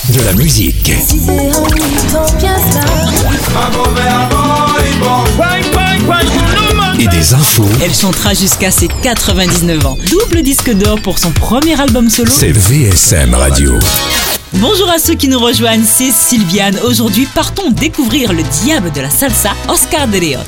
De la musique. Et des infos. Elle chantera jusqu'à ses 99 ans. Double disque d'or pour son premier album solo. C'est VSM Radio. Bonjour à ceux qui nous rejoignent, c'est Sylviane. Aujourd'hui, partons découvrir le diable de la salsa, Oscar de León.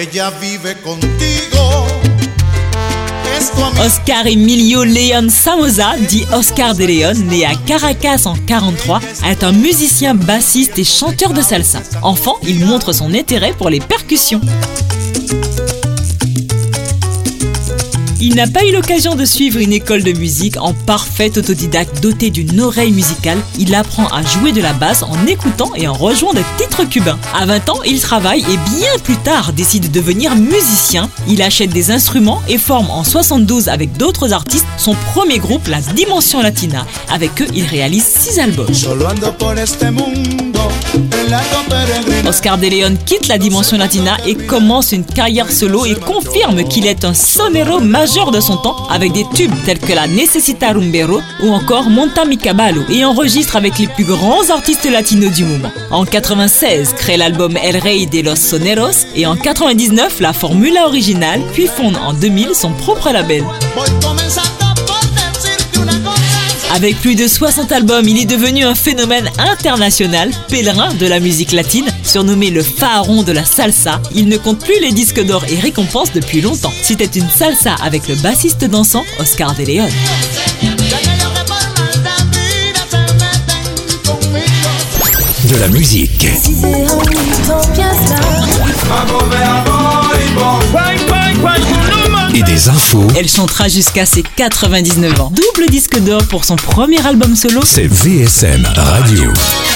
Oscar Emilio León Somoza, dit Oscar de León, né à Caracas en 1943, est un musicien bassiste et chanteur de salsa. Enfant, il montre son intérêt pour les percussions. Il n'a pas eu l'occasion de suivre une école de musique. En parfait autodidacte doté d'une oreille musicale, il apprend à jouer de la basse en écoutant et en rejouant des titres cubains. À 20 ans, il travaille et bien plus tard décide de devenir musicien. Il achète des instruments et forme en 1972 avec d'autres artistes son premier groupe, la Dimension Latina. Avec eux, il réalise 6 albums. Oscar de León quitte la Dimension Latina et commence une carrière solo et confirme qu'il est un sonero majeur de son temps avec des tubes tels que la Necesita Rumbero ou encore Monta mi Caballo et enregistre avec les plus grands artistes latinos du moment. En 1996, crée l'album El Rey de los Soneros et en 1999, la formula originale, puis fonde en 2000 son propre label. Avec plus de 60 albums, il est devenu un phénomène international, pèlerin de la musique latine, surnommé le pharaon de la salsa. Il ne compte plus les disques d'or et récompenses depuis longtemps. C'était une salsa avec le bassiste dansant Oscar de León. De la musique. Et des infos. Elle chantera jusqu'à ses 99 ans. Double disque d'or pour son premier album solo. C'est VSM Radio.